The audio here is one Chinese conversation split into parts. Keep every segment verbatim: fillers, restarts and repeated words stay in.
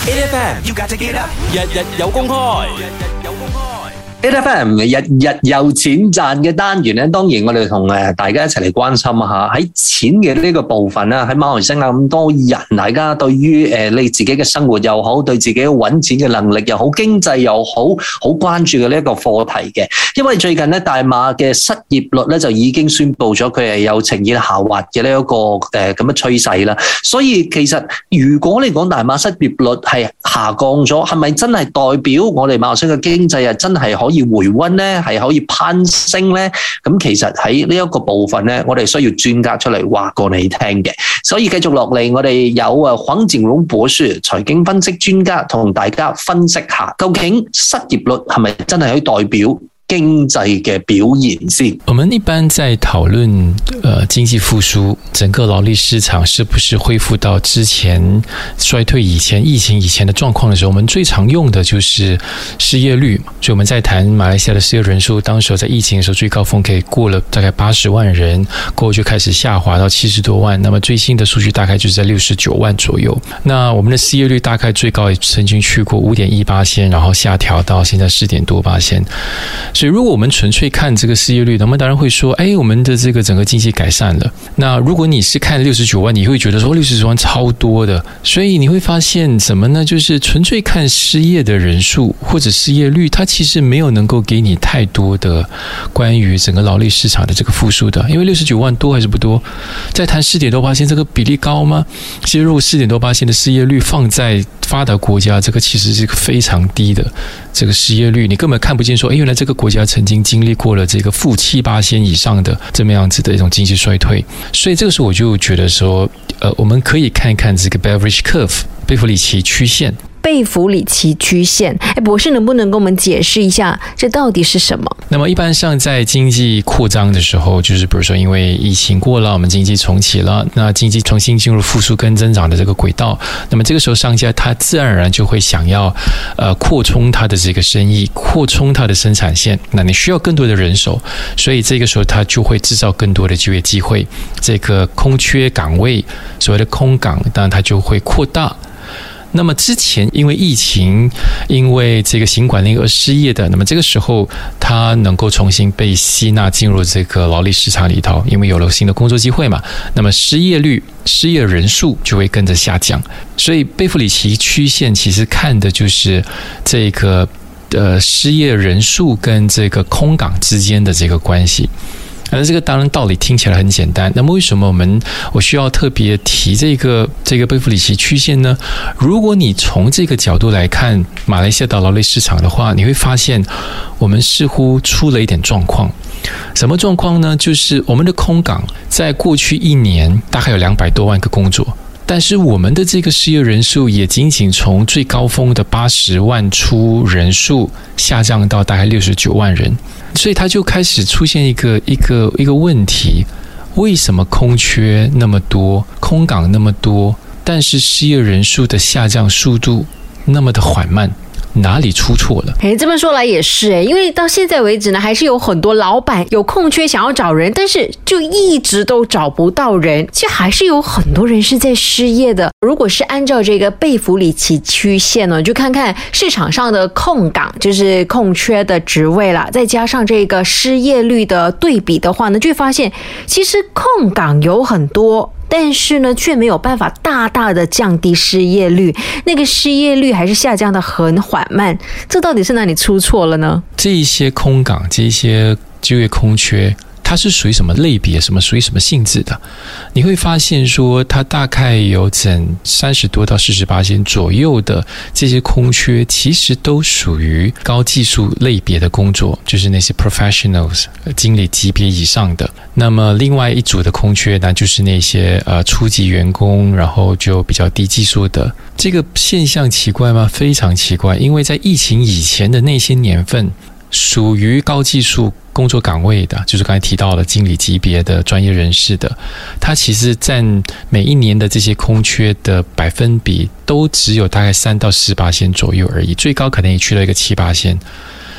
A F M you got to get up， 日日有公開，日日有公開。 A F M 日日有錢賺嘅單元咧，當然我哋同誒大家一齊嚟關心下喺錢嘅呢個部分啦。喺馬來西亞咁多人，大家對於誒你自己嘅生活又好，對自己揾錢嘅能力又好，經濟又好，好關注嘅呢一個課題嘅。因為最近咧大馬嘅失業率咧就已經宣布咗佢係有呈現下滑嘅呢一個誒咁嘅趨勢啦。所以其實如果你講大馬失業率係下降咗，係咪真係代表我哋馬來西亞嘅經濟啊真係可以回溫咧，係可以攀升咧？咁其實喺呢一個部分咧，我哋需要專家出嚟話過你聽嘅。所以繼續落嚟，我哋有啊黃錦榮博士財經分析專家同大家分析下，究竟失業率係咪真係可以代表經濟嘅表現先？ 我們一般在討論呃經濟復甦，整個勞力市場是不是恢復到之前衰退以前疫情以前的狀況的時候，我們最常用的就是失業率。所以我們在談馬來西亞的失業人數，當時在疫情的時候最高峰可以過了大概八十萬人，過後就開始下滑到七十多萬，那麼最新的數據大概就是在六十九萬左右。那我們的失業率大概最高也曾經去過五點一八%，然後下調到現在四點多%。所以如果我們純粹看這個失業率，我們當然會說，哎，我們的這個整個經濟改善了。那如果你是看六十九萬，你會覺得說六十九萬超多的。所以你會發現什麼呢？就是純粹看失業的人數或者失業率，它其實沒有能夠給你太多的關於整個勞力市場的這個復甦的。因為六十九萬多還是不多？再談四點多%，這個比例高嗎？其實如果四點多%的失業率放在發達國家，這個其實是一個非常低的這個失業率，你根本看不見說，哎，原來這個國家曾經經歷過了這個負七八%以上的這麼樣子的一種經濟衰退。所以這個時候我就覺得說，呃，我們可以看一看這個 Beveridge Curve 貝弗里奇曲線。 貝弗里奇曲線，哎，博士能不能跟我們解釋一下，這到底是什麼？ 那麼一般上在經濟擴張的時候，就是比如說因為疫情過了，我們經濟重啟了，那經濟重新進入復甦跟增長的這個軌道，那麼這個時候商家他自然而然就會想要，呃，擴充他的這個生意，擴充他的生產線，那你需要更多的人手，所以這個時候他就會製造更多的就業機會，這個空缺崗位，所謂的空崗，當然它就會擴大。那麼之前因為疫情，因為這個新冠令而失業的，那麼這個時候他能夠重新被吸納進入這個勞力市場裏頭，因為有了新的工作機會嘛，那麼失業率、失業人數就會跟着下降。所以貝弗里奇曲線其實看的就是這個呃失業人數跟這個空崗之間的這個關係。而這個當然道理聽起來很簡單，那麼為什麼我們我需要特別提這個這個貝弗里奇曲線呢？如果你從這個角度來看馬來西亞的勞力市場的話，你會發現我們似乎出了一點狀況。什麼狀況呢？就是我們的空崗在過去一年大概有兩百多萬個工作，但是我們的這個失業人數也僅僅從最高峰的八十萬出人數下降到大概六十九萬人。所以它就開始出現一個一個一個問題，為什麼空缺那麼多，空崗那麼多，但是失業人數的下降速度那麼的緩慢？哪裡出錯了？ 哎，這麼說來也是哎，因為到現在為止呢，還是有很多老闆有空缺想要找人，但是就一直都找不到人，其實還是有很多人是在失業的。如果是按照這個貝弗里奇曲線呢，就看看市場上的空崗，就是空缺的職位啦，再加上這個失業率的對比的話呢，就會發現其實空崗有很多，但是呢，卻沒有辦法大大的降低失業率，那個失業率還是下降得很緩慢，這到底是哪裡出錯了呢？ 這一些空崗，這一些就業空缺，它是屬於什麼類別，什麼屬於什麼性質的？你會發現說，它大概有整三十多到四十八%左右的這些空缺，其實都屬於高技術類別的工作，就是那些 professionals 經理級別以上的。那麼另外一組的空缺呢，就是那些呃初級員工，然後就比較低技術的。這個現象奇怪嗎？非常奇怪，因為在疫情以前的那些年份，屬於高技術工作崗位的，就是剛才提到的經理級別的專業人士的，它其實佔每一年的這些空缺的百分比都只有大概三到四%左右而已，最高可能也去了一個七%。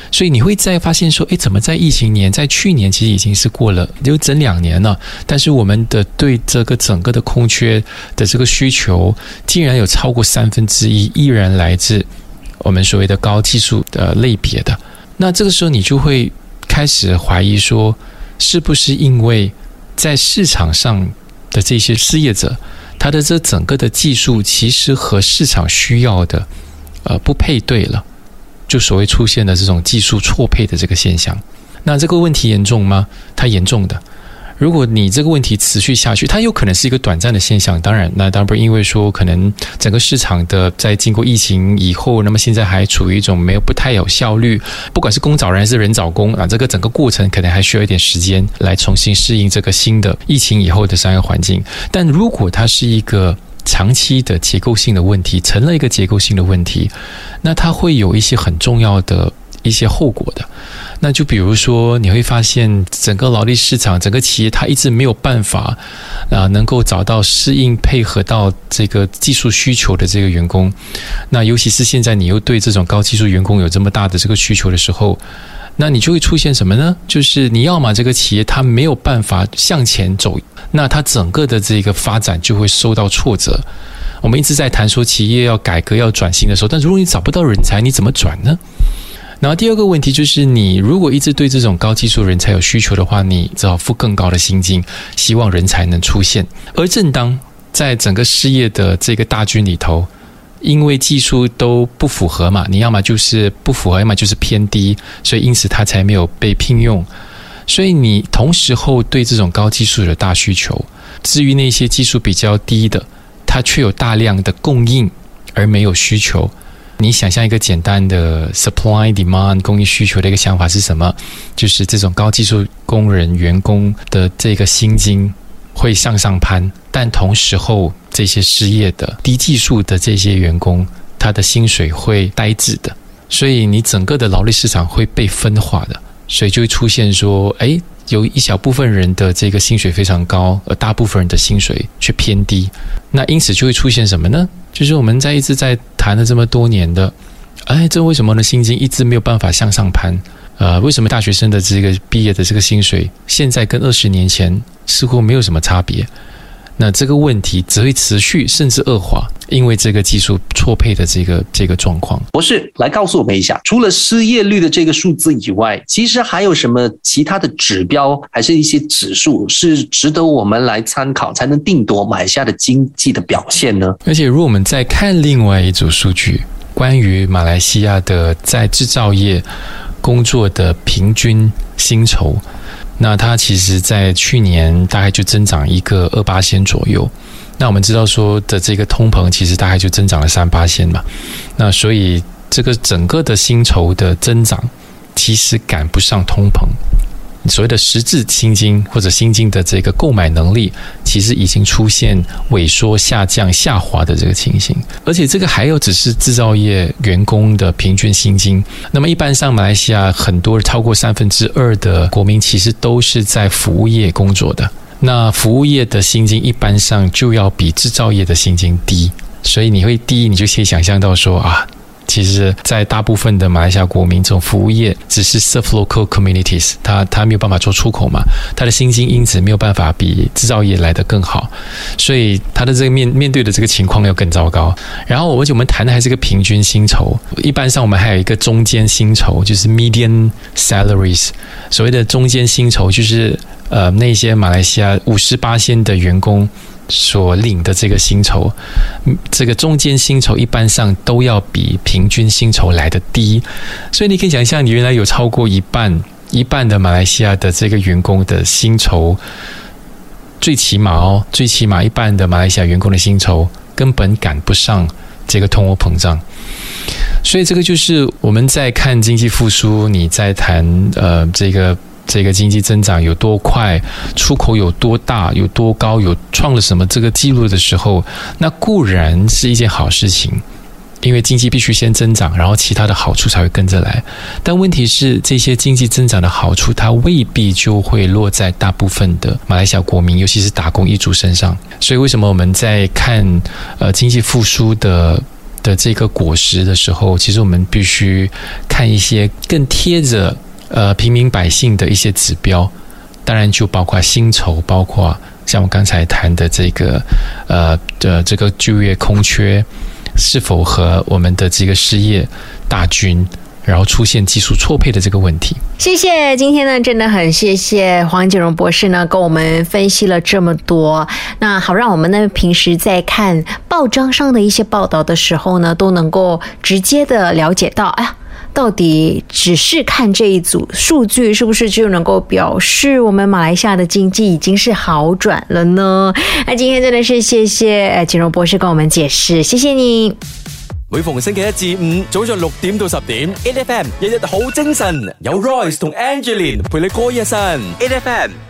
所以你会再发现说，诶，怎么在疫情年，在去年其实已经是过了有整两年了，但是我们的对这个整个的空缺的这个需求，竟然有超过三分之一依然来自我们所谓的高技术的类别的。那这个时候你就会开始怀疑说，是不是因为在市场上的这些失业者，他的这整个的技术其实和市场需要的呃不配对了，就所谓出现的这种技术错配的这个现象。那这个问题严重吗？它严重的。如果你这个问题持续下去，它有可能是一个短暂的现象。当然，那当然不是因为说可能整个市场的在经过疫情以后，那么现在还处于一种没有不太有效率，不管是工找人还是人找工啊，这个整个过程可能还需要一点时间来重新适应这个新的疫情以后的商业环境。但如果它是一个长期的结构性的问题，成了一个结构性的问题，那它会有一些很重要的一些后果的。那就比如说你会发现整个劳力市场，整个企业它一直没有办法啊，能够找到适应配合到这个技术需求的这个员工。那尤其是现在你又对这种高技术员工有这么大的这个需求的时候，那你就会出现什么呢？就是你要嘛这个企业它没有办法向前走，那它整个的这个发展就会受到挫折。我们一直在谈说企业要改革要转型的时候，但如果你找不到人才，你怎么转呢？然后第二个问题就是，你如果一直对这种高技术人才有需求的话，你只好付更高的薪金，希望人才能出现。而正当在整个失业的这个大军里头，因为技术都不符合嘛，你要么就是不符合，要么就是偏低，所以因此他才没有被聘用。所以你同时候对这种高技术的大需求，至于那些技术比较低的，它却有大量的供应而没有需求。你想象一个简单的 supply demand 供应需求的一个想法是什么？就是这种高技术工人员工的这个薪金会向上攀，但同时候这些失业的低技术的这些员工，他的薪水会呆滞的，所以你整个的劳力市场会被分化的，所以就会出现说，诶，有一小部分人的这个薪水非常高，而大部分人的薪水却偏低。那因此就会出现什么呢？就是我们在一直在谈了这么多年的，哎，这为什么呢？薪金一直没有办法向上攀？呃，为什么大学生的这个毕业的这个薪水，现在跟二十年前似乎没有什么差别？那这个问题只会持续甚至恶化，因为这个技术错配的这个这个状况。 博士来告诉我们一下，除了失业率的这个数字以外，其实还有什么其他的指标，还是一些指数是值得我们来参考，才能定夺马来西亚的经济的表现呢？ 而且如果我们再看另外一组数据，关于马来西亚的在制造业工作的平均薪酬，那它其实在去年大概就增长一个二八仙左右。那我们知道说的这个通膨其实大概就增长了三八仙嘛，那所以这个整个的薪酬的增长其实赶不上通膨。所谓的实质薪金或者薪金的这个购买能力，其实已经出现萎缩、下降、下滑的这个情形。而且这个还有只是制造业员工的平均薪金。那么一般上马来西亚很多超过三分之二的国民其实都是在服务业工作的。那服务业的薪金一般上就要比制造业的薪金低，所以你会低，你就可以想象到说啊，其实在大部分的马来西亚国民，这种服务业只是 serve local communities， 它, 它没有办法做出口嘛，它的薪金因此没有办法比制造业来得更好，所以它的这个 面, 面对的这个情况要更糟糕。然后而且我们谈的还是个平均薪酬，一般上我们还有一个中间薪酬，就是 median salaries。 所谓的中间薪酬就是呃那些马来西亚 百分之五十八 的员工所领的这个薪酬，这个中间薪酬一般上都要比平均薪酬来得低，所以你可以想象，你原来有超过一半一半的马来西亚的这个员工的薪酬，最起码哦，最起码一半的马来西亚员工的薪酬根本赶不上这个通货膨胀。所以这个就是我们在看经济复苏，你在谈呃这个。这个经济增长有多快，出口有多大，有多高，有创了什么这个记录的时候，那固然是一件好事情，因为经济必须先增长，然后其他的好处才会跟着来。但问题是，这些经济增长的好处，它未必就会落在大部分的马来西亚国民，尤其是打工一族身上。所以为什么我们在看呃经济复苏的的这个果实的时候，其实我们必须看一些更贴着呃平民百姓的一些指标，当然就包括薪酬，包括像我刚才谈的这个呃的这个就业空缺是否和我们的这个失业大军，然后出现技术错配的这个问题。 谢谢，今天呢真的很谢谢黄锦荣博士呢跟我们分析了这么多，那好让我们呢平时在看报章上的一些报道的时候呢，都能够直接的了解到，哎呀，到底只是看这一组数据是不是就能够表示我们马来西亚的经济已经是好转了呢？那今天真的是谢谢锦荣博士跟我们解释，谢谢你。 每逢星期一至五早上六點到十點 ，A F M 日日好精神，有 Royce 同 Angeline 陪你過一晨 ，A F M。